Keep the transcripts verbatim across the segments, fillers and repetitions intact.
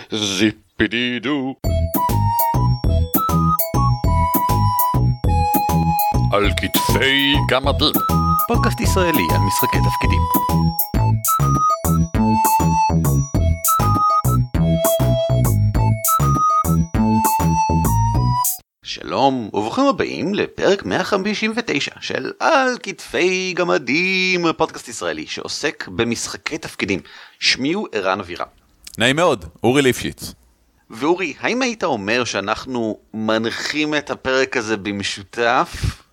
זיפידידו. על כתפי גמדים. פודקאסט ישראלי על משחקי תפקידים. שלום וברוכים הבאים לפרק מאה חמישים ותשע של על כתפי גמדים, פודקאסט ישראלי שעוסק במשחקי תפקידים. שמי הוא ערן אבירה. נעים מאוד, אורי ליפשיץ. ואורי, האם היית אומר שאנחנו מנחים את הפרק הזה במשותף?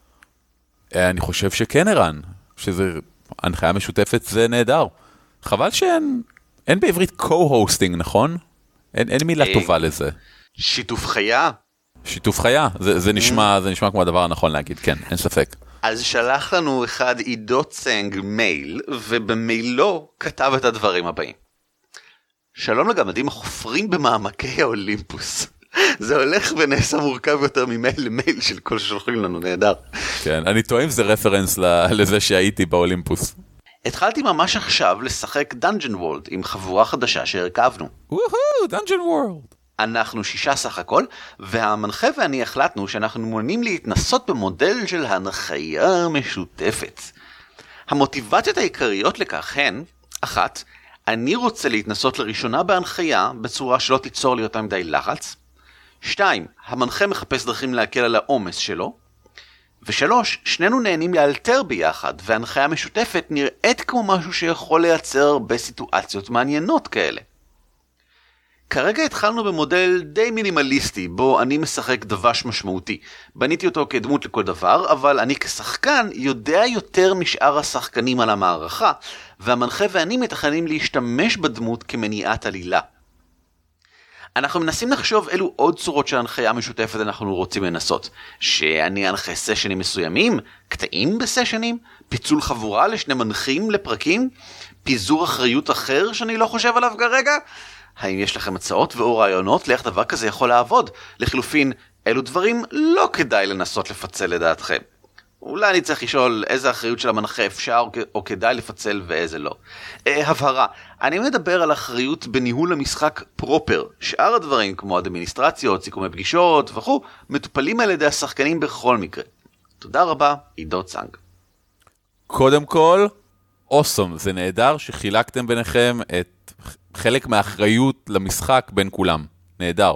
אני חושב שכן ערן, שזה הנחיה משותפת, זה נהדר. חבל שאין אין בעברית co-hosting, נכון? אין, אין מילה טובה לזה. שיתוף חיה? שיתוף חיה, זה, זה, נשמע, זה נשמע כמו הדבר הנכון להגיד, כן, אין ספק. אז שלח לנו אחד עידו צנג מייל, ובמיילו כתב את הדברים הבאים. שלום לגמדים החופרים במעמקי האולימפוס. זה הולך ונעשה מורכב יותר ממייל למייל של כל ששולחים לנו, נהדר. כן, אני טועה אם זה רפרנס לזה שהייתי באולימפוס. התחלתי ממש עכשיו לשחק Dungeon World עם חבורה חדשה שהרכבנו. וואו, Dungeon World. אנחנו שישה סך הכל, והמנחה ואני החלטנו שאנחנו מעוניינים להתנסות במודל של הנחיה משותפת. המוטיבציות העיקריות לכך הן, אחת, אני רוצה להתנסות לראשונה בהנחיה בצורה שלא תיצור לי יותר מדי לחץ. שתיים, המנחה מחפש דרכים להקל על העומס שלו. ושלוש, שנינו נהנים לאלתר ביחד, וההנחיה משותפת נראית כמו משהו שיכול לייצר הרבה סיטואציות מעניינות כאלה. כרגע התחלנו במודל די מינימליסטי, בו אני משחק דבש משמעותי. בניתי אותו כדמות לכל דבר, אבל אני כשחקן יודע יותר משאר השחקנים על המערכה, והמנחה ואני מתכננים להשתמש בדמות כמניעת עלילה. אנחנו מנסים לחשוב אילו עוד צורות של הנחיה משותפת אנחנו רוצים לנסות. שאני אנחה סשנים מסוימים, קטעים בסשנים, פיצול חבורה לשני מנחים לפרקים, פיזור אחריות אחר שאני לא חושב עליו כרגע. האם יש לכם הצעות ואו רעיונות לאיך דבר כזה יכול לעבוד? לחילופין, אילו דברים לא כדאי לנסות לפצל לדעתכם. אולי אני צריך לשאול איזה אחריות של המנחה אפשר או כדאי לפצל ואיזה לא. אה, הבהרה, אני מדבר על אחריות בניהול המשחק פרופר. שאר הדברים כמו אדמיניסטרציות, סיכומי פגישות וכו', מטופלים על ידי השחקנים בכל מקרה. תודה רבה, עידו צנג. קודם כל, awesome, זה נהדר שחילקתם ביניכם את חלק מהאחריות למשחק בין כולם. נהדר.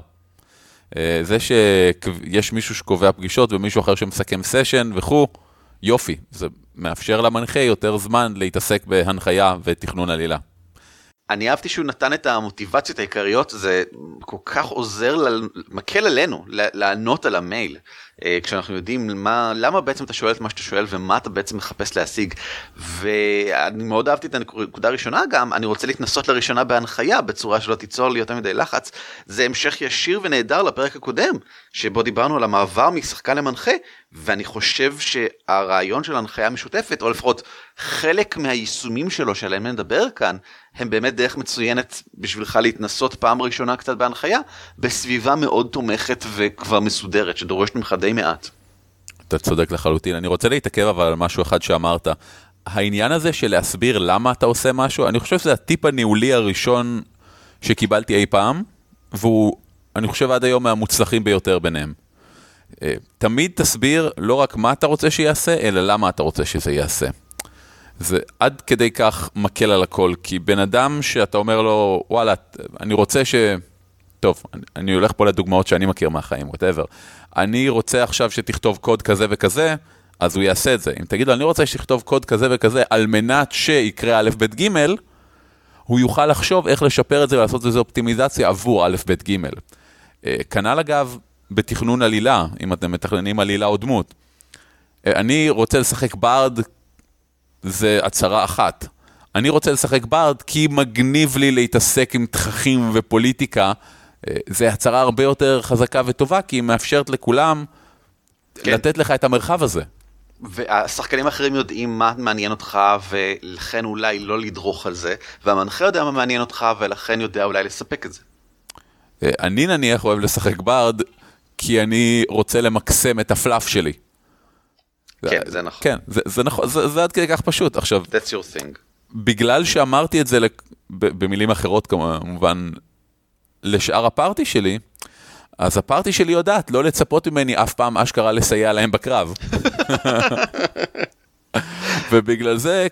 זה שיש מישהו שקובע פגישות ומישהו אחר שמסכם סשן וכו', יופי. זה מאפשר למנחה יותר זמן להתעסק בהנחיה ותכנון עלילה. אני אהבתי שהוא נתן את המוטיבציות העיקריות, זה כל כך עוזר, מקל עלינו לענות על המייל, כשאנחנו יודעים מה, למה בעצם אתה שואל את מה שאתה שואל ומה אתה בעצם מחפש להשיג. ואני מאוד אהבתי את הנקודה הראשונה גם, אני רוצה להתנסות לראשונה בהנחיה בצורה שלא תיצור לי יותר מדי לחץ. זה המשך ישיר ונהדר לפרק הקודם, שבו דיברנו על המעבר משחקן למנחה, ואני חושב שהרעיון של ההנחיה משותפת, או לפחות חלק מהיישומים שלו שעליהם נדבר כאן, הם באמת דרך מצוינת בשבילך להתנסות פעם ראשונה קצת בהנחיה, בסביבה מאוד תומכת וכבר מסודרת, שדורשת ממך די מעט. אתה צודק לחלוטין. אני רוצה להתעכב אבל על משהו אחד שאמרת. העניין הזה של להסביר למה אתה עושה משהו, אני חושב שזה הטיפ הניהולי הראשון שקיבלתי אי פעם, והוא, אני חושב עד היום מהמוצלחים ביותר ביניהם. תמיד תסביר לא רק מה אתה רוצה שיעשה, אלא למה אתה רוצה שזה יעשה. זה עד כדי כך מקל על הכל, כי בן אדם שאתה אומר לו, וואלה, אני רוצה ש... טוב, אני הולך פה לדוגמאות שאני מכיר מהחיים, whatever. אני רוצה עכשיו שתכתוב קוד כזה וכזה, אז הוא יעשה את זה. אם תגיד לו, אני רוצה שתכתוב קוד כזה וכזה, על מנת שיקרה א' ב' ג', הוא יוכל לחשוב איך לשפר את זה ולעשות איזו אופטימיזציה עבור א' ב' ג'. כנ"ל אגב, בתכנון עלילה, אם אתם מתכננים עלילה או דמות. אני רוצה לשחק בארד, זה הצהרה אחת. אני רוצה לשחק בארד כי מגניב לי להתעסק עם תככים ופוליטיקה. זה הצהרה הרבה יותר חזקה וטובה, כי היא מאפשרת לכולם כן. לתת לך את המרחב הזה. והשחקנים האחרים יודעים מה מעניין אותך, ולכן אולי לא לדרוך על זה, והמנחה יודע מה מעניין אותך, ולכן יודע אולי לספק את זה. אני נניח אוהב לשחק בארד, כי אני רוצה למקסם את הפלאף שלי. כן, זה נכון. כן, זה, זה נכון, זה, זה עד כדי כך פשוט. עכשיו, That's your thing. בגלל שאמרתי את זה במילים אחרות, כמובן, לשאר הפארטי שלי, אז הפארטי שלי יודעת לא לצפות ממני אף פעם אשכרה לסייע להם בקרב. ובגלל זה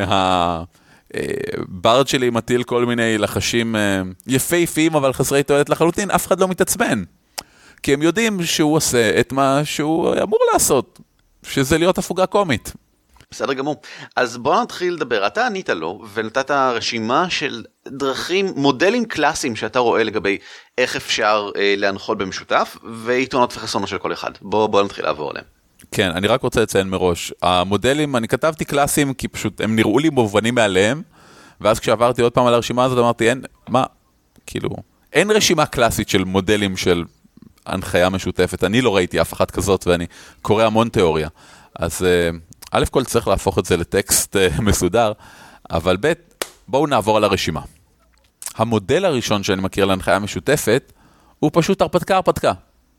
כשהברד שלי מטיל כל מיני לחשים יפהפיים אבל חסרי תועלת לחלוטין, אף אחד לא מתעצבן. כי הם יודעים שהוא עושה את מה שהוא אמור לעשות, שזה להיות הפוגה קומית. בסדר גמור. אז בוא נתחיל לדבר. אתה ענית לו ונתת רשימה של דרכים, מודלים קלאסיים שאתה רואה לגבי איך אפשר אה, להנחות במשותף, ויתרונות וחסרונות של כל אחד. בוא, בוא נתחיל לעבור עליהם. כן, אני רק רוצה לציין מראש. המודלים, אני כתבתי קלאסיים כי פשוט הם נראו לי מובנים מעליהם, ואז כשעברתי עוד פעם על הרשימה הזאת אמרתי, אין, מה, כאילו, אין רשימה קלאסית של מודלים של הנחיה משותפת. אני לא ראיתי אף אחת כזאת ואני קורא המון תיאוריה. אז א' כל צריך להפוך את זה לטקסט מסודר, אבל ב' בואו נעבור על הרשימה. המודל הראשון שאני מכיר להנחיה משותפת הוא פשוט הרפתקה הרפתקה.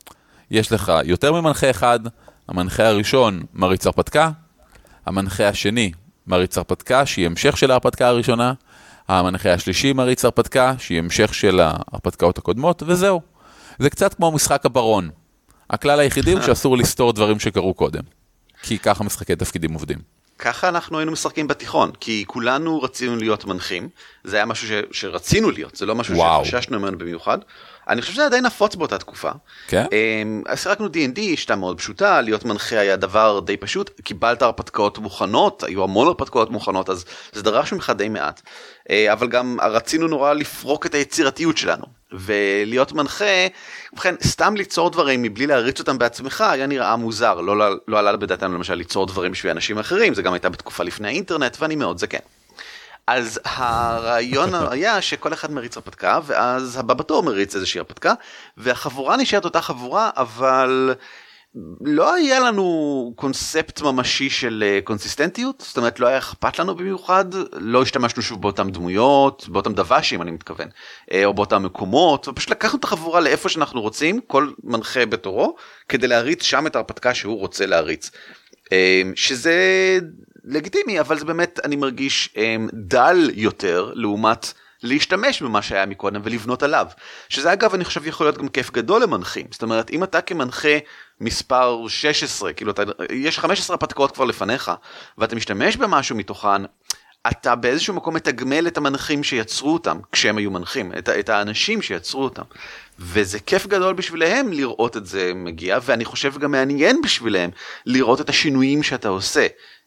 יש לך יותר ממנחה אחד, המנחה הראשון מריץ הרפתקה, המנחה השני מריץ הרפתקה שהיא המשך של ההרפתקה הראשונה, המנחה השלישי מריץ הרפתקה שהיא המשך של ההרפתקאות הקודמות, וזהו. זה קצת כמו משחק הברון. הכלל היחידי הוא שאסור לסתור דברים שקרו קודם. כי ככה משחקי תפקידים עובדים. ככה אנחנו היינו משחקים בתיכון, כי כולנו רצינו להיות מנחים. זה היה משהו ש... שרצינו להיות, זה לא משהו וואו. שחששנו ממנו במיוחד. אני חושב שזה עדיין נפוץ באותה תקופה. כן? אז שיחקנו די אנד די, שיטה מאוד פשוטה, להיות מנחה היה דבר די פשוט, קיבלת הרפתקאות מוכנות, היו המון הרפתקאות מוכנות, אז זה דרש ממך די מעט. אבל גם רצינו נורא לפרוק את היצירתיות שלנו, ולהיות מנחה, ובכן, סתם ליצור דברים מבלי להריץ אותם בעצמך, היה נראה מוזר, לא, לא עלה בדעתנו למשל ליצור דברים בשביל אנשים אחרים, זה גם הייתה בתקופה לפני האינטרנט, ואני מאוד זקן. אז הרעיון היה שכל אחד מריץ הרפתקה, ואז הבא בתור מריץ איזושהי הרפתקה, והחבורה נשארת אותה חבורה, אבל לא היה לנו קונספט ממשי של קונסיסטנטיות, זאת אומרת לא היה אכפת לנו במיוחד, לא השתמשנו שוב באותם דמויות, באותם דוושים אני מתכוון, או באותם מקומות, ופשוט לקחנו את החבורה לאיפה שאנחנו רוצים, כל מנחה בתורו, כדי להריץ שם את ההרפתקה שהוא רוצה להריץ. שזה לגיטימי, אבל זה באמת אני מרגיש דל יותר לעומת להשתמש במה שהיה מקודם ולבנות עליו, שזה אגב אני חושב יכול להיות גם כיף גדול למנחים, זאת אומרת אם אתה כמנחה מספר שש עשרה, כאילו אתה, יש חמש עשרה הרפתקאות כבר לפניך, ואתה משתמש במשהו מתוכן, אתה באיזשהו מקום מתגמל את המנחים שיצרו אותם, כשהם היו מנחים, את, את האנשים שיצרו אותם, וזה כיף גדול בשבילהם לראות את זה מגיע, ואני חושב גם מעניין בשבילהם לראות את השינויים שאתה עושה,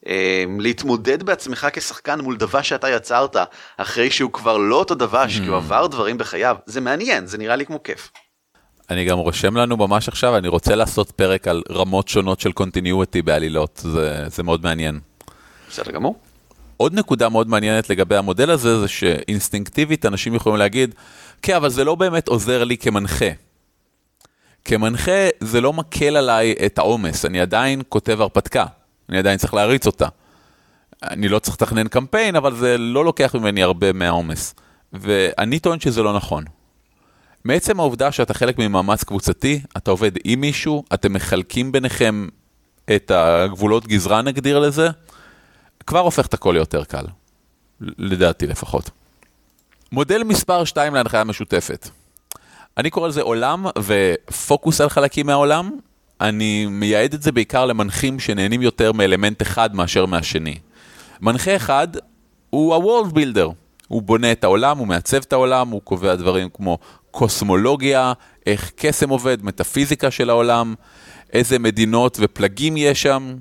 להתמודד בעצמך כשחקן מול דבש שאתה יצרת, אחרי שהוא כבר לא אותו דבש, כי הוא עבר דברים בחייו, זה מעניין, זה נראה לי כמו כיף. אני גם רושם לנו ממש עכשיו, אני רוצה לעשות פרק על רמות שונות של קונטיניוטי בעלילות, זה, זה מאוד מעניין. בסדר גמור. עוד נקודה מאוד מעניינת לגבי המודל הזה, זה שאינסטינקטיבית אנשים יכולים להגיד, כן, אבל זה לא באמת עוזר לי כמנחה. כמנחה זה לא מקל עליי את העומס, אני עדיין כותב הרפתקה, אני עדיין צריך להריץ אותה. אני לא צריך לתכנן קמפיין, אבל זה לא לוקח ממני הרבה מהעומס. ואני טוען שזה לא נכון. מעצם העובדה שאתה חלק ממאמץ קבוצתי, אתה עובד עם מישהו, אתם מחלקים ביניכם את הגבולות גזרה נגדיר לזה, כבר הופך את הכל יותר קל. לדעתי לפחות. מודל מספר שתיים להנחיה משותפת. אני קורא לזה עולם ופוקוס על חלקים מהעולם. אני מייעד את זה בעיקר למנחים שנהנים יותר מאלמנט אחד מאשר מהשני. מנחה אחד הוא ה-World Builder. הוא בונה את העולם, הוא מעצב את העולם, הוא קובע דברים כמו קוסמולוגיה, איך קסם עובד, מטאפיזיקה של העולם, איזה מדינות ופלגים יש שם.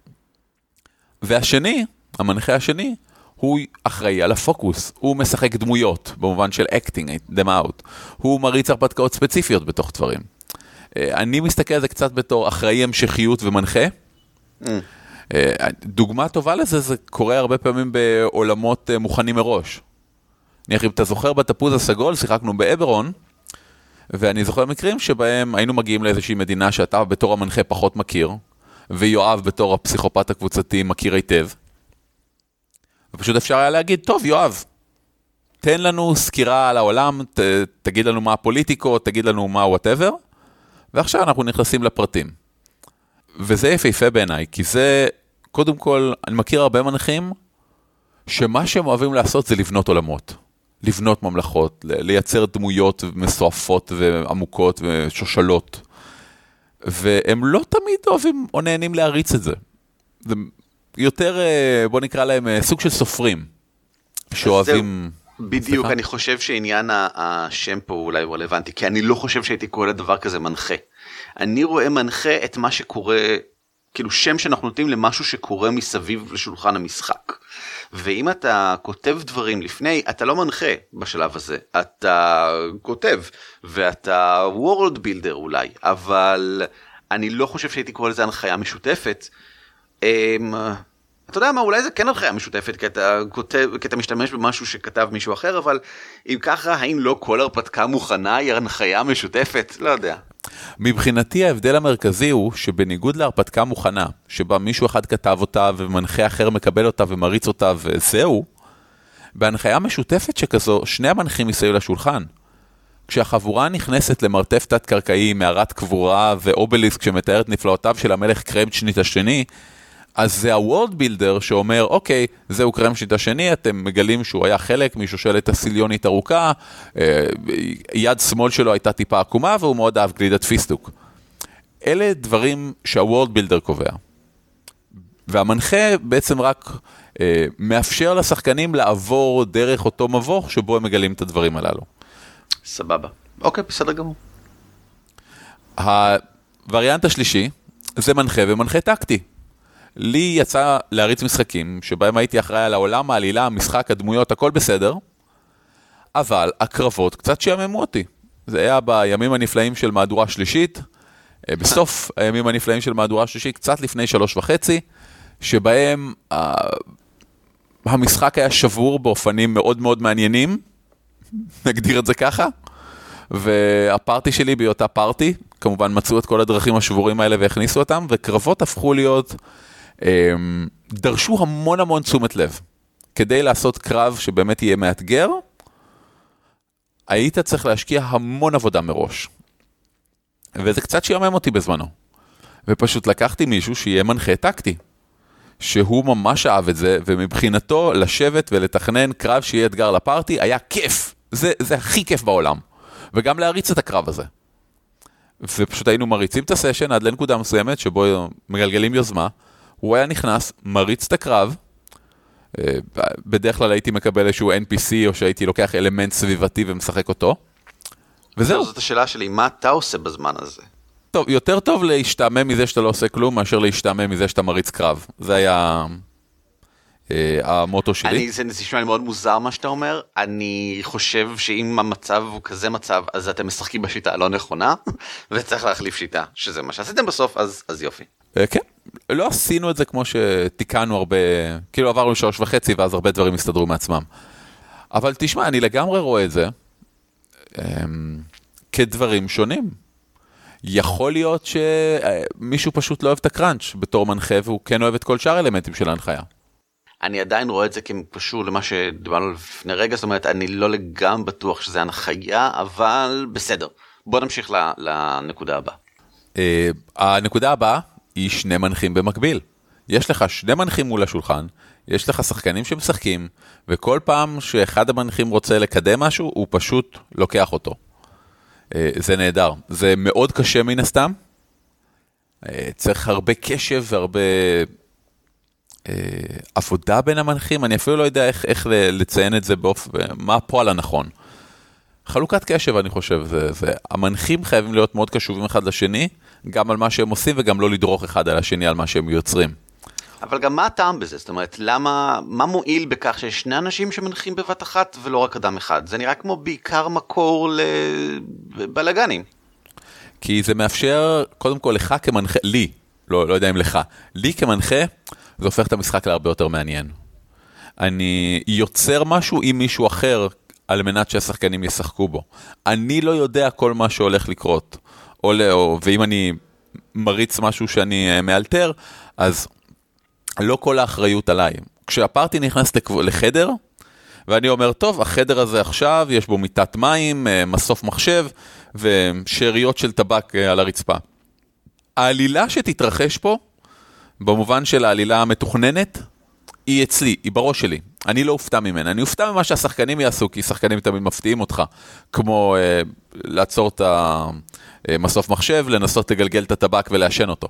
והשני, המנחה השני, הוא אחראי על הפוקוס. הוא משחק דמויות, במובן של acting them out. הוא מריץ הרפתקאות ספציפיות בתוך דברים. אני מסתכל על זה קצת בתור אחראי המשכיות ומנחה. Mm. דוגמה טובה לזה, זה קורה הרבה פעמים בעולמות מוכנים מראש. נניח, אם אתה זוכר בתפוז הסגול, שיחקנו באברון, ואני זוכר מקרים שבהם היינו מגיעים לאיזושהי מדינה שאתה בתור המנחה פחות מכיר, ויואב בתור הפסיכופת הקבוצתי מכיר היטב. ופשוט אפשר היה להגיד, טוב יואב, תן לנו סקירה על העולם, ת, תגיד לנו מה הפוליטיקות, תגיד לנו מה whatever, ועכשיו אנחנו נכנסים לפרטים. וזה יפהפה בעיניי, כי זה, קודם כל, אני מכיר הרבה מנחים, שמה שהם אוהבים לעשות זה לבנות עולמות. לבנות ממלכות, לייצר דמויות מסועפות ועמוקות ושושלות. והם לא תמיד אוהבים או נהנים להריץ את זה. זה יותר, בוא נקרא להם, סוג של סופרים, שאוהבים... בדיוק, סליחה? אני חושב שעניין השם פה אולי הוא רלוונטי, כי אני לא חושב שהייתי קורא לדבר כזה מנחה. אני רואה מנחה את מה שקורה, כאילו שם שאנחנו נותנים למשהו שקורה מסביב לשולחן המשחק. ואם אתה כותב דברים לפני, אתה לא מנחה בשלב הזה, אתה כותב, ואתה world builder אולי, אבל אני לא חושב שהייתי קורא לזה הנחיה משותפת. אתה יודע מה, אולי זה כן הנחיה משותפת, כי אתה כותב, כי אתה משתמש במשהו שכתב מישהו אחר, אבל אם ככה, האם לא כל הרפתקה מוכנה היא הנחיה משותפת? לא יודע. מבחינתי ההבדל המרכזי הוא שבניגוד להרפתקה מוכנה, שבה מישהו אחד כתב אותה ומנחה אחר מקבל אותה ומריץ אותה וזהו, בהנחיה משותפת שכזו, שני המנחים מסביב לשולחן. כשהחבורה נכנסת למרתף תת-קרקעי, מערת קבורה ואובליסק שמתאר את נפלאותיו של המלך קרמצ'ניט השני, אז זה הוורד בילדר שאומר, אוקיי, זהו קרמצ'ניט השני, אתם מגלים שהוא היה חלק משושלת הסיליונית ארוכה, יד שמאל שלו הייתה טיפה עקומה, והוא מאוד אהב גלידת פיסטוק. אלה דברים שהוורד בילדר קובע. והמנחה בעצם רק אה, מאפשר לשחקנים לעבור דרך אותו מבוך, שבו הם מגלים את הדברים הללו. סבבה. אוקיי, בסדר גמור. הווריאנט השלישי, זה מנחה ומנחה טקטי. לי יצא להריץ משחקים, שבהם הייתי אחראי על העולם, העלילה, המשחק, הדמויות, הכל בסדר, אבל הקרבות קצת שיעממו אותי. זה היה בימים הנפלאים של מהדורה שלישית, בסוף הימים הנפלאים של מהדורה שלישית, קצת לפני שלוש וחצי, שבהם המשחק היה שבור באופנים מאוד מאוד מעניינים, נגדיר את זה ככה, והפארטי שלי בהיותה פארטי, כמובן מצאו את כל הדרכים השבורים האלה והכניסו אותם, וקרבות הפכו להיות, דרשו המון המון תשומת לב. כדי לעשות קרב שבאמת יהיה מאתגר, היית צריך להשקיע המון עבודה מראש. וזה קצת שיומם אותי בזמנו. ופשוט לקחתי מישהו שיהיה מנחה טקטי. שהוא ממש אהב את זה, ומבחינתו לשבת ולתכנן קרב שיהיה אתגר לפארטי, היה כיף. זה, זה הכי כיף בעולם. וגם להריץ את הקרב הזה. ופשוט היינו מריצים את הסשן עד לנקודה מסוימת, שבו מגלגלים יוזמה, הוא היה נכנס, מריץ את הקרב, בדרך כלל הייתי מקבל איזשהו אן פי סי, או שהייתי לוקח אלמנט סביבתי ומשחק אותו, וזהו. זאת השאלה שלי, מה אתה עושה בזמן הזה? טוב, יותר טוב להשתעמם מזה שאתה לא עושה כלום, מאשר להשתעמם מזה שאתה מריץ קרב. זה היה אה, המוטו שלי. אני, זה נשמע לי מאוד מוזר מה שאתה אומר. אני חושב שאם המצב הוא כזה מצב, אז אתם משחקים בשיטה הלא נכונה, וצריך להחליף שיטה, שזה מה שעשיתם בסוף, אז, אז יופי. אה, כן, לא עשינו את זה כמו שתיקנו הרבה, כאילו עברנו שלוש וחצי, ואז הרבה דברים הסתדרו מעצמם. אבל תשמע, אני לגמרי רואה את זה אה, כדברים שונים. יכול להיות שמישהו פשוט לא אוהב את הקראנץ' בתור מנחה, והוא כן אוהב את כל שאר האלמנטים של ההנחיה. אני עדיין רואה את זה כקשור למה שדיברנו לפני רגע, זאת אומרת, אני לא לגמרי בטוח שזה הנחיה, אבל בסדר. בוא נמשיך לנקודה הבאה. הנקודה הבאה היא שני מנחים במקביל. יש לך שני מנחים מול השולחן, יש לך שחקנים שמשחקים, וכל פעם שאחד המנחים רוצה לקדם משהו, הוא פשוט לוקח אותו. זה נהדר. זה מאוד קשה מן הסתם. צריך הרבה קשב והרבה עבודה בין המנחים. אני אפילו לא יודע איך, איך לציין את זה באופן, מה הפועל הנכון. חלוקת קשב, אני חושב. זה, זה, המנחים חייבים להיות מאוד קשובים אחד לשני, גם על מה שהם עושים וגם לא לדרוך אחד על השני על מה שהם יוצרים. אבל גם מה הטעם בזה? זאת אומרת, למה, מה מועיל בכך שיש שני אנשים שמנחים בבת אחת ולא רק אדם אחד? זה נראה כמו בעיקר מקור לבלגנים. כי זה מאפשר, קודם כל לך כמנחה, לי, לא, לא יודע אם לך, לי כמנחה, זה הופך את המשחק להרבה יותר מעניין. אני יוצר משהו עם מישהו אחר, על מנת שהשחקנים ישחקו בו. אני לא יודע כל מה שהולך לקרות. או, או, ואם אני מריץ משהו שאני מאלתר, אז לא כל האחריות עליי. כשהפארטי נכנס לחדר, ואני אומר, טוב, החדר הזה עכשיו, יש בו מיטת מים, מסוף מחשב, ושאריות של טבק על הרצפה. העלילה שתתרחש פה, במובן של העלילה המתוכננת, היא אצלי, היא בראש שלי. אני לא אופתע ממנה. אני אופתע ממה שהשחקנים יעשו, כי שחקנים תמיד מפתיעים אותך. כמו אה, לעצור את המסוף מחשב, לנסות לגלגל את הטבק ולעשן אותו.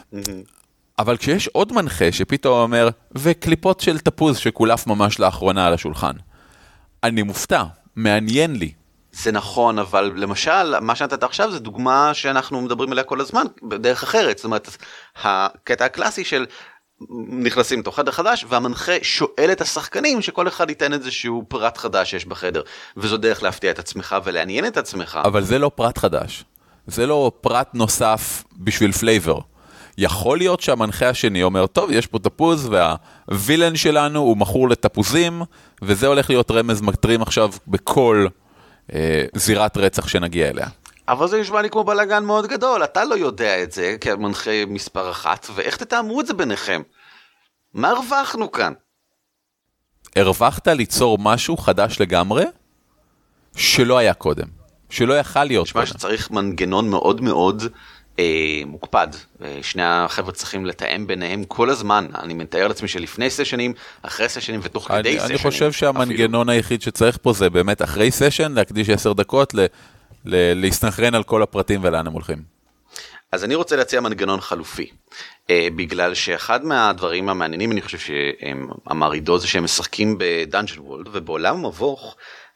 אבל כשיש עוד מנחה שפתאום אומר, וקליפות של תפוז שקולף ממש לאחרונה על השולחן. אני מופתע, מעניין לי. זה נכון, אבל למשל, מה שנתת עכשיו זה דוגמה שאנחנו מדברים עליה כל הזמן, בדרך אחרת. זאת אומרת, הקטע הקלאסי של נכנסים לתוך חדר חדש, והמנחה שואל את השחקנים שכל אחד ייתן איזשהו פרט חדש שיש בחדר, וזו דרך להפתיע את עצמך ולעניין את עצמך. אבל זה לא פרט חדש. זה לא פרט נוסף בשביל פלייבר. יכול להיות שהמנחה השני אומר, טוב, יש פה תפוז, והווילן שלנו הוא מכור לתפוזים, וזה הולך להיות רמז מטרים עכשיו בכל אה, זירת רצח שנגיע אליה. אבל זה נשמע לי כמו בלגן מאוד גדול, אתה לא יודע את זה כמנחה מספר אחת, ואיך תתאמו את זה ביניכם? מה הרווחנו כאן? הרווחת ליצור משהו חדש לגמרי, שלא היה קודם, שלא יכל להיות נשמע קודם. שצריך מנגנון מאוד מאוד אה, מוקפד, שני החבר'ה צריכים לתאם ביניהם כל הזמן, אני מתאר לעצמי שלפני סשנים, אחרי סשנים ותוך כדי אני, סשנים. אני חושב שהמנגנון אפילו. היחיד שצריך פה זה באמת אחרי סשן, להקדיש עשר דקות ל... להסתנכרן על כל הפרטים ולאן הם הולכים. אז אני רוצה להציע מנגנון חלופי, בגלל שאחד מהדברים המעניינים, אני חושב שאמר עידו, זה שהם משחקים בדאנג'ן וולד, ובעולם המבוך,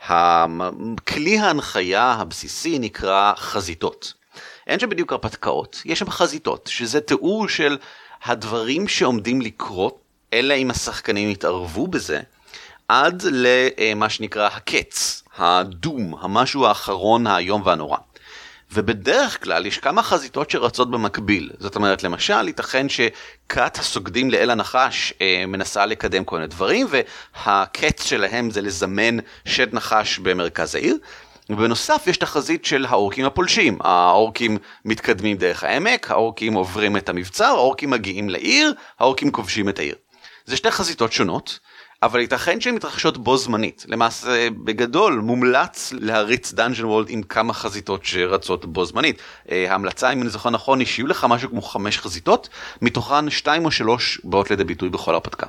כלי ההנחיה הבסיסי נקרא חזיתות. אין שם בדיוק הרפתקאות, יש שם חזיתות, שזה תיאור של הדברים שעומדים לקרות, אלא אם השחקנים יתערבו בזה, עד למה שנקרא הקץ, הדום, המשהו האחרון היום והנורא. ובדרך כלל יש כמה חזיתות שרצות במקביל. זאת אומרת, למשל, ייתכן שכת הסוגדים לאל הנחש אה, מנסה לקדם כל מיני דברים, והקץ שלהם זה לזמן שד נחש במרכז העיר. ובנוסף יש את החזית של האורקים הפולשים. האורקים מתקדמים דרך העמק, האורקים עוברים את המבצר, האורקים מגיעים לעיר, האורקים כובשים את העיר. זה שתי חזיתות שונות. אבל ייתכן שהן מתרחשות בו זמנית. למעשה, בגדול, מומלץ להריץ דאנג'ן וולד עם כמה חזיתות שרצות בו זמנית. ההמלצה, אם אני זוכר נכון, היא שיהיו לך משהו כמו חמש חזיתות, מתוכן שתיים או שלוש באות לידי ביטוי בכל הרפתקה.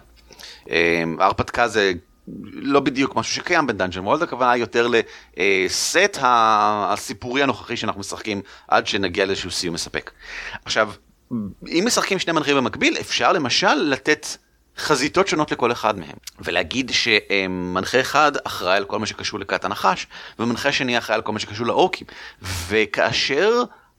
ההרפתקה זה לא בדיוק משהו שקיים בדאנג'ן וולד, הכוונה היא יותר לסט הסיפורי הנוכחי שאנחנו משחקים עד שנגיע לאיזשהו סיום מספק. עכשיו, אם משחקים שני מנחים במקביל, אפשר למשל לתת חזיתות שונות לכל אחד מהם, ולהגיד שמנחה אחד אחראי על כל מה שקשור לכת הנחש, ומנחה שני אחראי על כל מה שקשור לאורקים, וכאשר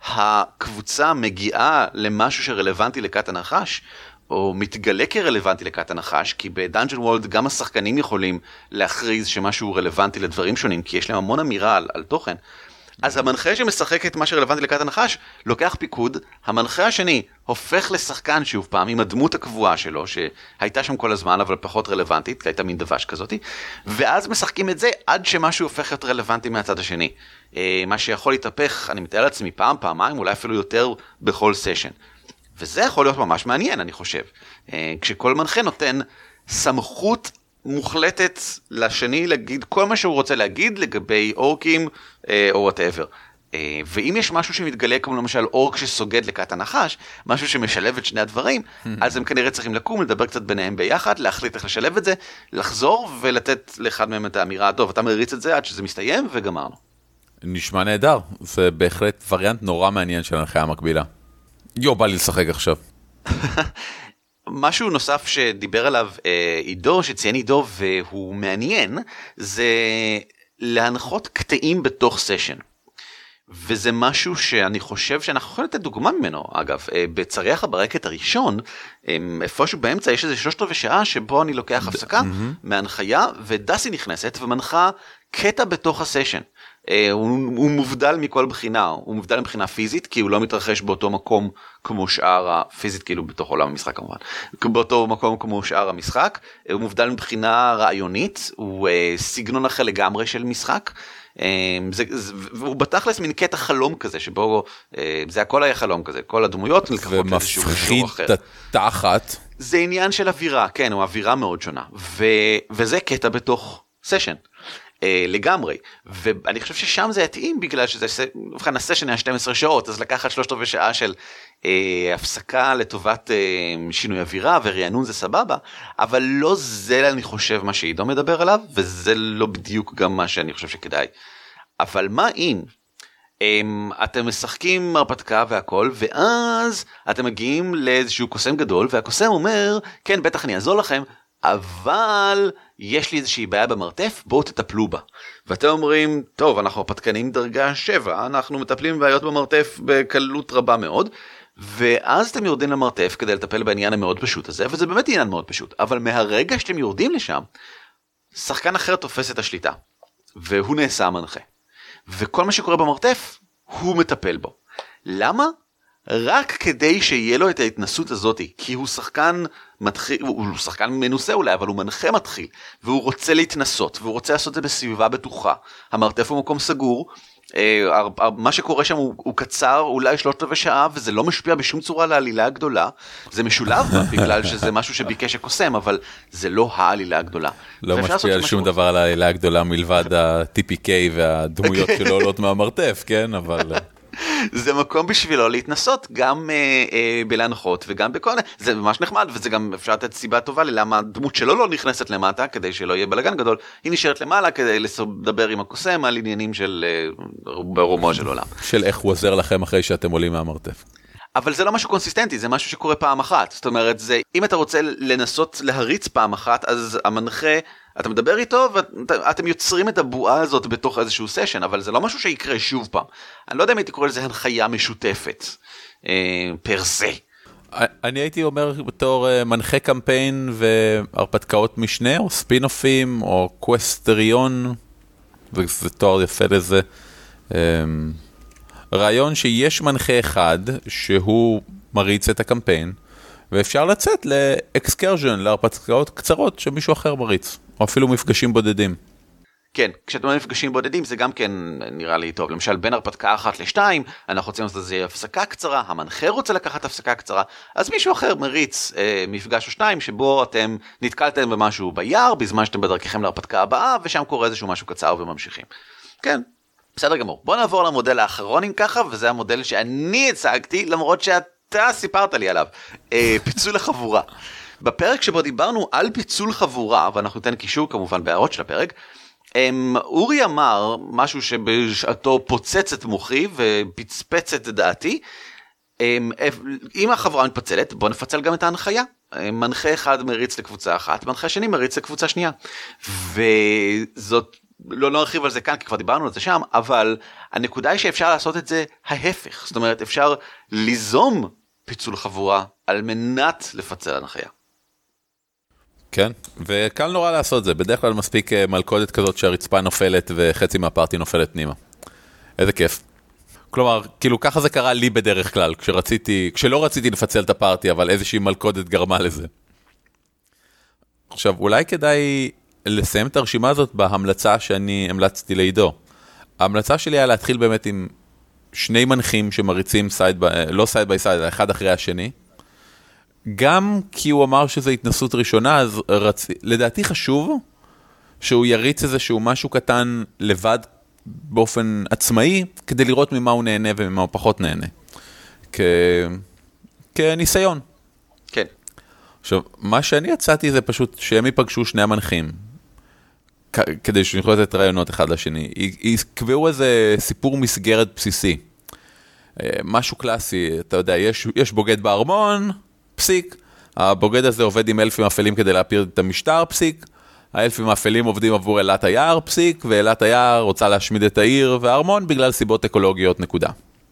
הקבוצה מגיעה למשהו שרלוונטי לכת הנחש, או מתגלה כרלוונטי לכת הנחש, כי בדאנג'ן וולד גם השחקנים יכולים להכריז שמשהו רלוונטי לדברים שונים, כי יש להם המון אמירה על, על תוכן, אז המנחה שמשחק את מה שרלוונטי לכת הנחש, לוקח פיקוד, המנחה השני הופך לשחקן שוב פעם עם הדמות הקבועה שלו, שהייתה שם כל הזמן אבל פחות רלוונטית, כי הייתה מין דבש כזאת, ואז משחקים את זה עד שמשהו הופך להיות רלוונטי מהצד השני. מה שיכול להתהפך, אני מתאר לעצמי פעם, פעמיים, אולי אפילו יותר בכל סשן. וזה יכול להיות ממש מעניין, אני חושב. כשכל מנחה נותן סמכות מוחלטת לשני להגיד כל מה שהוא רוצה להגיד לגבי אורקים או whatever. ואם יש משהו שמתגלה כמו למשל אורק שסוגד לכת הנחש, משהו שמשלב את שני הדברים, אז הם כנראה צריכים לקום, לדבר קצת ביניהם ביחד, להחליט איך לשלב את זה, לחזור ולתת לאחד מהם את האמירה, טוב, אתה מריץ את זה עד שזה מסתיים וגמרנו. נשמע נהדר, זה בהחלט וריאנט נורא מעניין של הנחיה המקבילה. יו, בא לי לשחק עכשיו. משהו נוסף שדיבר עליו עידו, שציין עידו והוא מעניין, זה להנחות קטעים בתוך סשן. וזה משהו שאני חושב שאנחנו יכולים לתת דוגמה ממנו. אגב, בצריח הברקת הראשון, איפשהו באמצע יש איזה שלושת רבעי שעה שבו אני לוקח הפסקה מהנחיה, ודסי נכנסת ומנחה קטע בתוך הסשן. הוא, הוא מובדל מכל בחינה, הוא מובדל מבחינה פיזית, כי הוא לא מתרחש באותו מקום כמו שאר הפיזית, כאילו בתוך עולם המשחק כמובן, באותו מקום כמו שאר המשחק, הוא מובדל מבחינה רעיונית, הוא סגנון אחר לגמרי של משחק, זה, זה, והוא בתכלס מין קטע חלום כזה, שבו זה הכל היה חלום כזה, כל הדמויות נלקחות לאיזשהו משהו אחר. ומפחיד את התחת. זה עניין של אווירה, כן, הוא אווירה מאוד שונה, ו, וזה קטע בתוך סשן. אה, לגמרי, ואני חושב ששם זה יתאים בגלל שזה, ובכן הסשן היה שתים עשרה שעות, אז לקחת שלושת רבעי שעה של אה, הפסקה לטובת אה, שינוי אווירה ורענון זה סבבה, אבל לא זה אני חושב מה שעידו מדבר עליו, וזה לא בדיוק גם מה שאני חושב שכדאי. אבל מה אם um, אתם משחקים הרפתקה והכל, ואז אתם מגיעים לאיזשהו קוסם גדול, והקוסם אומר, כן, בטח אני אעזור לכם, אבל יש לי איזושהי בעיה במרתף, בואו תטפלו בה. ואתם אומרים, טוב, אנחנו הרפתקנים דרגה שבע, אנחנו מטפלים בבעיות במרתף בקלות רבה מאוד, ואז אתם יורדים למרתף כדי לטפל בעניין המאוד פשוט הזה, וזה באמת עניין מאוד פשוט, אבל מהרגע שאתם יורדים לשם, שחקן אחר תופס את השליטה, והוא נעשה המנחה. וכל מה שקורה במרתף, הוא מטפל בו. למה? רק כדי שיהיה לו את ההתנסות הזאת, כי הוא שחקן מתחיל, הוא שחקן מנוסה אולי, אבל הוא מנחה מתחיל, והוא רוצה להתנסות, והוא רוצה לעשות את זה בסביבה בטוחה. המרתף הוא מקום סגור, מה שקורה שם הוא, הוא קצר, אולי שלושת רבעי שעה, וזה לא משפיע בשום צורה לעלילה הגדולה, זה משולב בגלל שזה משהו שביקש הקוסם, אבל זה לא העלילה הגדולה. לא משפיע על שום דבר על העלילה הגדולה, מלבד ה-טי פי קיי והדמויות שלו עולות מהמרתף, כן? אבל... זה מקום בשבילו להתנסות גם אה, אה, בלהנחות וגם בכל, זה ממש נחמד, וזה גם אפשר לתת סיבה טובה ללמה הדמות שלו לא נכנסת למטה, כדי שלא יהיה בלגן גדול, היא נשארת למעלה כדי לדבר עם הקוסם על עניינים של אה, ברומו של עולם. של איך הוא עוזר לכם אחרי שאתם עולים מהמרתף. אבל זה לא משהו קונסיסטנטי, זה משהו שקורה פעם אחת. זאת אומרת, זה, אם אתה רוצה לנסות להריץ פעם אחת, אז המנחה, אתה מדבר איתו, ואתם יוצרים את הבועה הזאת בתוך איזשהו סשן, אבל זה לא משהו שיקרה שוב פעם. אני לא יודע אם הייתי קורא לזה הנחיה משותפת, אה, פר זה. אני הייתי אומר בתור מנחה קמפיין והרפתקאות משנה, או ספינופים, או קווסטריון, זה תואר יפה לזה, רעיון שיש מנחה אחד שהוא מריץ את הקמפיין, ואפשר לצאת לאקסקרז'ן, להרפתקאות קצרות שמישהו אחר מריץ, או אפילו מפגשים בודדים. כן, כשאתם מפגשים בודדים זה גם כן נראה לי טוב, למשל בין הרפתקה אחת לשתיים, אנחנו רוצים לעשות איזו הפסקה קצרה, המנחה רוצה לקחת הפסקה קצרה, אז מישהו אחר מריץ אה, מפגש או שניים, שבו אתם נתקלתם במשהו ביער, בזמן שאתם בדרככם להרפתקה הבאה, ושם קורה איזשהו משהו קצר וממשיכים. כן. בסדר גמור, בוא נעבור למודל האחרון אם ככה, וזה המודל שאני הצגתי, למרות שאתה סיפרת לי עליו, אה, פיצול החבורה. בפרק שבו דיברנו על פיצול חבורה, ואנחנו ניתן קישור כמובן בהערות של הפרק, אה, אורי אמר משהו שבשעתו פוצץ את מוחי ופצפץ את דעתי, אה, אם החבורה מתפצלת, בוא נפצל גם את ההנחיה. מנחה אחד מריץ לקבוצה אחת, מנחה שני מריץ לקבוצה שנייה, וזאת... לא נרחיב על זה כאן, כי כבר דיברנו על זה שם, אבל הנקודה היא שאפשר לעשות את זה ההפך. זאת אומרת, אפשר ליזום פיצול חבורה על מנת לפצל הנחיה. כן, וקל נורא לעשות זה. בדרך כלל מספיק מלכודת כזאת שהרצפה נופלת וחצי מהפארטי נופלת פנימה. איזה כיף. כלומר, כאילו ככה זה קרה לי בדרך כלל, כשרציתי, כשלא רציתי לפצל את הפארטי, אבל איזושהי מלכודת גרמה לזה. עכשיו, אולי כדאי... לסיים את הרשימה הזאת בהמלצה שאני המלצתי לעידו. ההמלצה שלי היה להתחיל באמת עם שני מנחים שמריצים סייד, לא סייד ביי סייד, אחד אחרי השני. גם כי הוא אמר שזו התנסות ראשונה, אז רצ... לדעתי חשוב שהוא יריץ איזשהו משהו קטן לבד באופן עצמאי, כדי לראות ממה הוא נהנה וממה הוא פחות נהנה. כ... כניסיון. כן. עכשיו, מה שאני יצאתי זה פשוט שהם ייפגשו שני המנחים, כדי שנוכל לתת רעיונות אחד לשני. יקבעו איזה סיפור מסגרת בסיסי. משהו קלאסי, אתה יודע, יש, יש בוגד בארמון, פסיק. הבוגד הזה עובד עם אלפים אפלים כדי להפיל את המשטר, פסיק. האלפים האפלים עובדים עבור אלת היער, פסיק, ואלת היער רוצה להשמיד את העיר והארמון בגלל סיבות אקולוגיות, נקודה.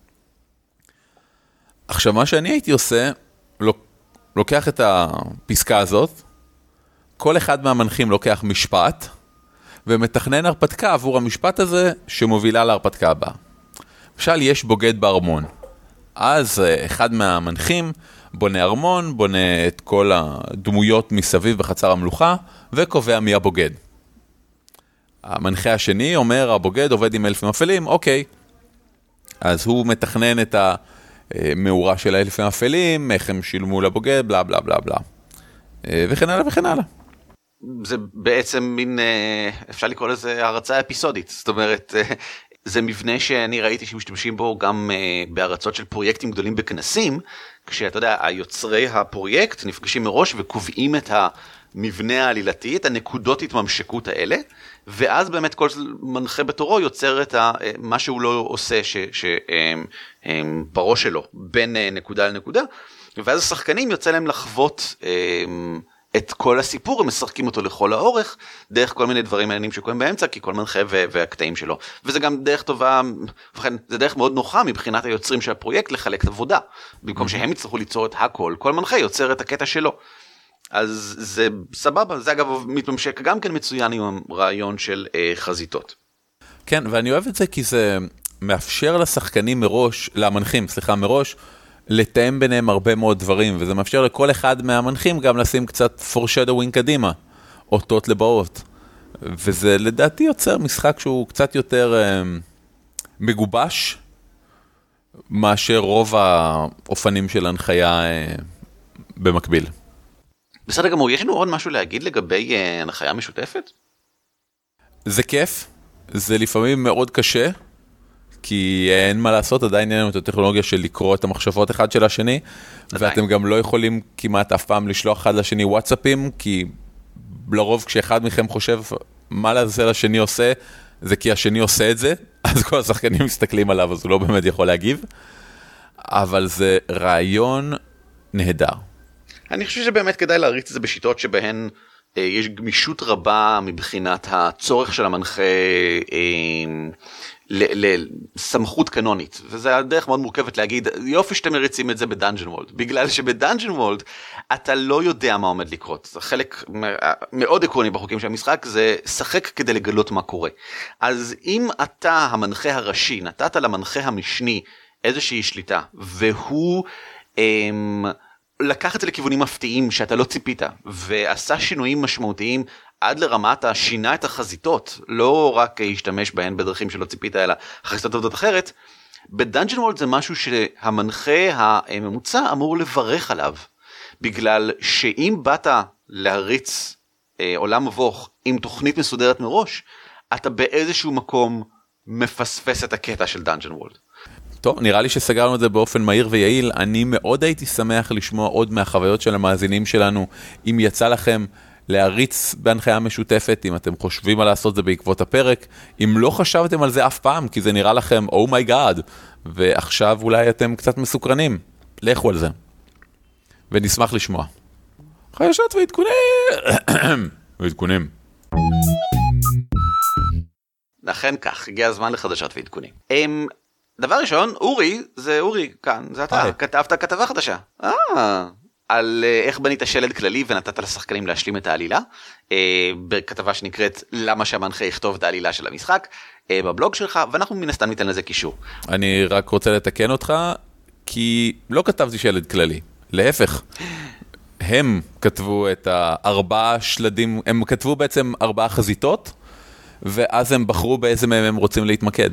עכשיו, מה שאני הייתי עושה, לוקח את הפסקה הזאת, כל אחד מהמנחים לוקח משפט, ומתכנן הרפתקה עבור המשפט הזה שמובילה להרפתקה הבאה. למשל, יש בוגד בארמון. אז אחד מהמנחים בונה ארמון, בונה את כל הדמויות מסביב בחצר המלוכה, וקובע מי הבוגד. המנחה השני אומר, הבוגד עובד עם אלפים אפלים, אוקיי. אז הוא מתכנן את המאורה של האלפים האפלים, איך הם שילמו לבוגד, בלה בלה בלה בלה. וכן הלאה וכן הלאה. זה בעצם מין, אפשר לקרוא לזה הרצאה אפיסודית, זאת אומרת, זה מבנה שאני ראיתי שמשתמשים בו גם בהרצות של פרויקטים גדולים בכנסים, כשאתה יודע, היוצרי הפרויקט נפגשים מראש וקובעים את המבנה העלילתי, את הנקודות התממשקות האלה, ואז באמת כל מנחה בתורו יוצר את מה שהוא לא עושה בראש שלו, בין נקודה לנקודה, ואז השחקנים יוצא להם לחוות את כל הסיפור, הם משחקים אותו לכל האורך, דרך כל מיני דברים מעניינים שקורים באמצע, כי כל מנחה והקטעים שלו. וזה גם דרך טובה, ובכן, זה דרך מאוד נוחה מבחינת היוצרים של הפרויקט לחלק את עבודה. במקום שהם יצטרכו ליצור את הכל, כל מנחה יוצר את הקטע שלו. אז זה סבבה, זה אגב מתממשק גם כן מצוין עם הרעיון של אה, חזיתות. כן, ואני אוהב את זה כי זה מאפשר לשחקנים מראש, למנחים, סליחה, מראש, לתאם ביניהם הרבה מאוד דברים, וזה מאפשר לכל אחד מהמנחים גם לשים קצת foreshadowing קדימה, אותות לבאות. וזה לדעתי יוצר משחק שהוא קצת יותר אה, מגובש, מאשר רוב האופנים של הנחיה אה, במקביל. בסדר גמור, יש לנו עוד משהו להגיד לגבי אה, הנחיה משותפת? זה כיף, זה לפעמים מאוד קשה, כי אין מה לעשות, עדיין אין לנו את הטכנולוגיה של לקרוא את המחשבות אחד של השני, עדיין. ואתם גם לא יכולים כמעט אף פעם לשלוח אחד לשני וואטסאפים, כי לרוב כשאחד מכם חושב מה לזה לשני עושה, זה כי השני עושה את זה, אז כל השחקנים מסתכלים עליו, אז הוא לא באמת יכול להגיב, אבל זה רעיון נהדר. אני חושב שבאמת כדאי להריץ את זה בשיטות שבהן אה, יש גמישות רבה מבחינת הצורך של המנחה אה, לסמכות קנונית, וזה הדרך מאוד מורכבת להגיד, יופי שאתם מריצים את זה בדאנג'ן וולד, בגלל שבדאנג'ן וולד אתה לא יודע מה עומד לקרות, זה חלק מאוד עקרוני בחוקים של המשחק, זה שחק כדי לגלות מה קורה. אז אם אתה המנחה הראשי, נתת למנחה המשני איזושהי שליטה, והוא אמ, לקח את זה לכיוונים מפתיעים שאתה לא ציפית, ועשה שינויים משמעותיים עד לרמת השינה את החזיתות, לא רק השתמש בהן בדרכים שלא ציפית, אלא חזיתות עובדות אחרת, בדאנג'ן וולד זה משהו שהמנחה הממוצע אמור לברך עליו, בגלל שאם באת להריץ אה, עולם מבוך עם תוכנית מסודרת מראש, אתה באיזשהו מקום מפספס את הקטע של דאנג'ן וולד. טוב, נראה לי שסגרנו את זה באופן מהיר ויעיל. אני מאוד הייתי שמח לשמוע עוד מהחוויות של המאזינים שלנו, אם יצא לכם להריץ בהנחיה משותפת, אם אתם חושבים על לעשות זה בעקבות הפרק, אם לא חשבתם על זה אף פעם, כי זה נראה לכם, Oh my God, ועכשיו אולי אתם קצת מסוקרנים, לכו על זה. ונשמח לשמוע. חדשות ועדכונים. ועדכונים. לכן כך, הגיע הזמן לחדשות ועדכונים. הם... דבר ראשון, אורי, זה אורי כאן, זה אתה, כתבת כתבה חדשה. אה, על איך בנית שלד כללי ונתת לשחקנים להשלים את העלילה, בכתבה שנקראת למה שהמנחה יכתוב את העלילה של המשחק, בבלוג שלך, ואנחנו מן הסתם ניתן לזה קישור. אני רק רוצה לתקן אותך, כי לא כתבתי שלד כללי, להפך. הם כתבו את הארבעה שלדים, הם כתבו בעצם ארבעה חזיתות, ואז הם בחרו באיזה מהם הם רוצים להתמקד.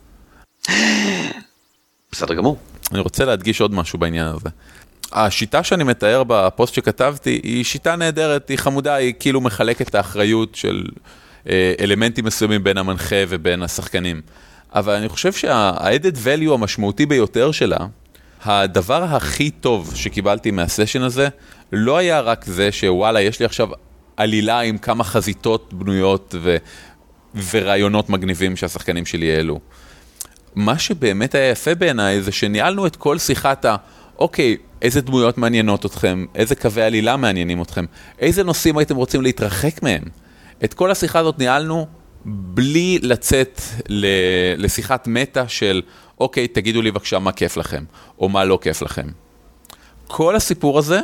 בסדר גמור. אני רוצה להדגיש עוד משהו בעניין הזה. השיטה שאני מתאר בפוסט שכתבתי היא שיטה נהדרת, היא חמודה, היא כאילו מחלקת את האחריות של אלמנטים מסוימים בין המנחה ובין השחקנים. אבל אני חושב שה-added value המשמעותי ביותר שלה, הדבר הכי טוב שקיבלתי מהסשן הזה, לא היה רק זה שוואלה, יש לי עכשיו עלילה עם כמה חזיתות בנויות ו... ורעיונות מגניבים שהשחקנים שלי העלו. מה שבאמת היה יפה בעיניי זה שניהלנו את כל שיחת ה... אוקיי, איזה דמויות מעניינות אתכם, איזה קווי עלילה מעניינים אתכם, איזה נושאים הייתם רוצים להתרחק מהם. את כל השיחה הזאת ניהלנו בלי לצאת לשיחת מטה של, אוקיי, תגידו לי בבקשה מה כיף לכם, או מה לא כיף לכם. כל הסיפור הזה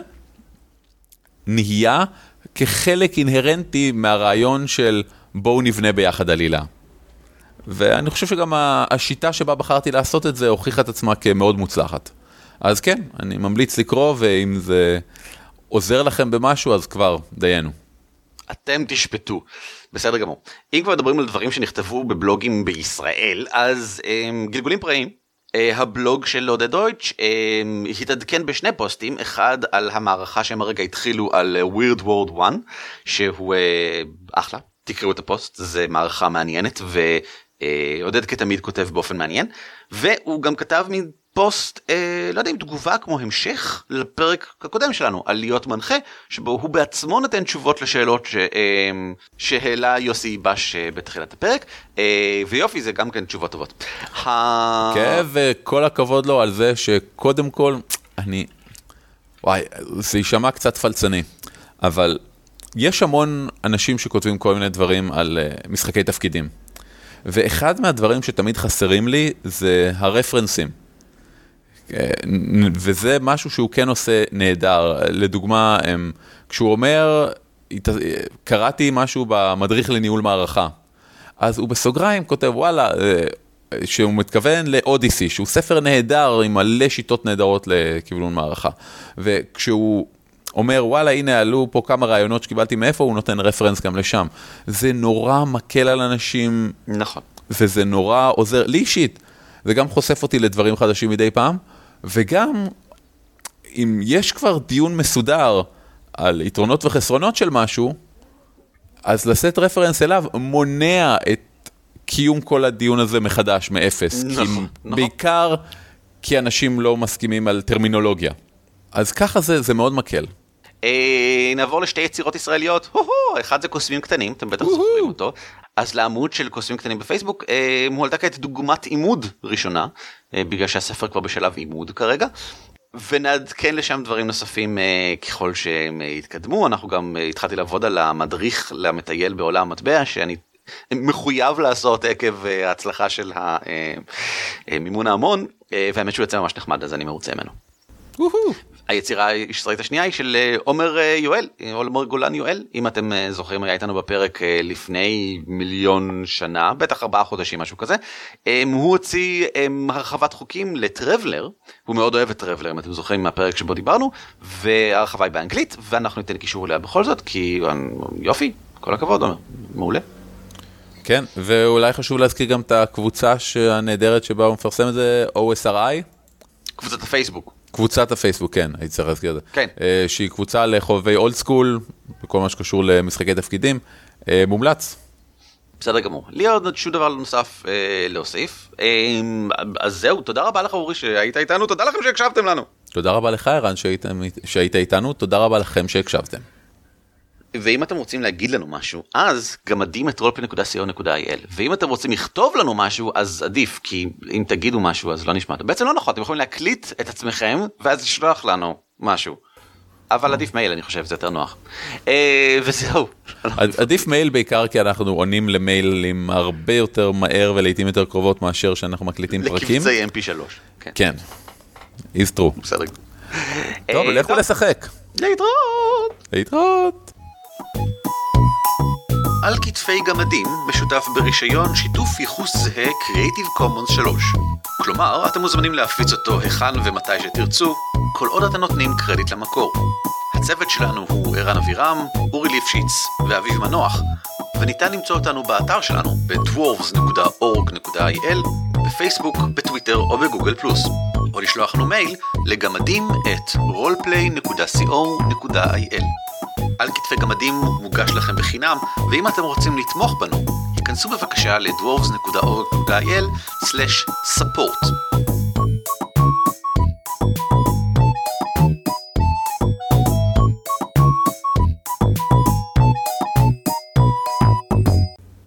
נהיה כחלק אינהרנטי מהרעיון של בואו נבנה ביחד עלילה. ואני חושב שגם השיטה שבה בחרתי לעשות את זה הוכיחה את עצמה כמאוד מוצלחת. אז כן, אני ממליץ לקרוא, ואם זה עוזר לכם במשהו, אז כבר דיינו. אתם תשפטו. בסדר גמור. אם כבר מדברים על דברים שנכתבו בבלוגים בישראל, אז הם, גלגולים פראיים הבלוג של עודד דויטש התעדכן בשני פוסטים, אחד על המערכה שהם הרגע התחילו על Weird World אחת, שהוא אחלה, תקראו את הפוסט, זה מערכה מעניינת, ועודד כתמיד כותב באופן מעניין, והוא גם כתב מין פוסט, אה, לא יודע אם תגובה כמו המשך לפרק הקודם שלנו, על להיות מנחה, שבו הוא בעצמו נתן תשובות לשאלות ש, אה, שהעלה יוסי בש אה, בתחילת הפרק, אה, ויופי זה גם כן תשובות טובות. כן, וכל הכבוד לו על זה שקודם כל, אני, וואי, זה יישמע קצת פלצני, אבל יש המון אנשים שכותבים כל מיני דברים על uh, משחקי תפקידים, ואחד מהדברים שתמיד חסרים לי זה הרפרנסים. וזה משהו שהוא כן עושה נהדר. לדוגמה, כשהוא אומר, קראתי משהו במדריך לניהול מערכה, אז הוא בסוגריים כותב, וואלה, שהוא מתכוון לאודיסי, שהוא ספר נהדר עם מלא שיטות נהדרות לכיוון מערכה. וכשהוא אומר, וואלה, הנה עלו פה כמה רעיונות שקיבלתי מאיפה, הוא נותן רפרנס גם לשם. זה נורא מקל על אנשים. נכון. וזה נורא עוזר, לי אישית, זה גם חושף אותי לדברים חדשים מדי פעם, וגם אם יש כבר דיון מסודר על יתרונות וחסרונות של משהו, אז לשאת רפרנס אליו מונע את קיום כל הדיון הזה מחדש, מאפס. נכון, כי, נכון. בעיקר כי אנשים לא מסכימים על טרמינולוגיה. אז ככה זה, זה מאוד מקל. אה, נעבור לשתי יצירות ישראליות. הו-הו, אחד זה קוסמים קטנים, אתם בטח זוכרים אותו. אז לעמוד של קוסמים קטנים בפייסבוק, אה, הוא עלתה כעת דוגמת עימוד ראשונה, אה, בגלל שהספר כבר בשלב עימוד כרגע, ונעדכן לשם דברים נוספים אה, ככל שהם אה, יתקדמו. אנחנו גם אה, התחלתי לעבוד על המדריך למטייל בעולם המטבע, שאני מחויב לעשות עקב אה, ההצלחה של אה, אה, מימון ההמון, אה, והאמת שהוא יצא ממש נחמד, אז אני מרוצה ממנו. היצירה הישראלית השנייה היא של עומר יואל, עומר גולן יואל, אם אתם זוכרים, היה איתנו בפרק לפני מיליון שנה, בטח ארבעה חודשים, משהו כזה. הוא הוציא הרחבת חוקים לטרבלר, הוא מאוד אוהב את טרבלר, אם אתם זוכרים מהפרק שבו דיברנו, והרחבה היא באנגלית, ואנחנו ניתן קישור אליה בכל זאת, כי יופי, כל הכבוד, עומר, מעולה. כן, ואולי חשוב להזכיר גם את הקבוצה הנהדרת שבה הוא מפרסם את זה, או אס אר איי. קבוצת הפייסבוק. קבוצת הפייסבוק, כן, הייתי צריך להזכיר את זה. כן. שהיא קבוצה לחובבי אולד סקול, בכל מה שקשור למשחקי תפקידים, מומלץ. בסדר גמור. לי עוד שום דבר נוסף אה, להוסיף. אה, אז זהו, תודה רבה לך אורי שהיית איתנו, תודה לכם שהקשבתם לנו. תודה רבה לך ערן שהיית, שהיית איתנו, תודה רבה לכם שהקשבתם. ואם אתם רוצים להגיד לנו משהו, אז גמדים את רולפליי נקודה סי או נקודה איי אל. ואם אתם רוצים לכתוב לנו משהו, אז עדיף, כי אם תגידו משהו, אז לא נשמע. בעצם לא נכון, אתם יכולים להקליט את עצמכם, ואז לשלוח לנו משהו. אבל עדיף מייל, אני חושב, זה יותר נוח. וזהו. עדיף מייל בעיקר, כי אנחנו עונים למיילים הרבה יותר מהר, ולעיתים יותר קרובות מאשר שאנחנו מקליטים פרקים. לקבצי אם פי שלוש. כן. is true. בסדר. טוב, לכו לשחק. להתראות. להתראות. על כתפי גמדים משותף ברישיון שיתוף ייחוס זהה Creative Commons שלוש. כלומר, אתם מוזמנים להפיץ אותו היכן ומתי שתרצו, כל עוד אתם נותנים קרדיט למקור. הצוות שלנו הוא ערן אבירם, אורי ליפשיץ ואביב מנוח, וניתן למצוא אותנו באתר שלנו ב-דוורבס נקודה אורג נקודה איי אל, בפייסבוק, בטוויטר או בגוגל פלוס, או לשלוח לנו מייל לגמדים את רולפליי נקודה סי או נקודה איי אל. על כתפי גמדים מוגש לכם בחינם, ואם אתם רוצים לתמוך בנו, היכנסו בבקשה ל-דוורבס נקודה אורג נקודה איי אל סלש ספורט.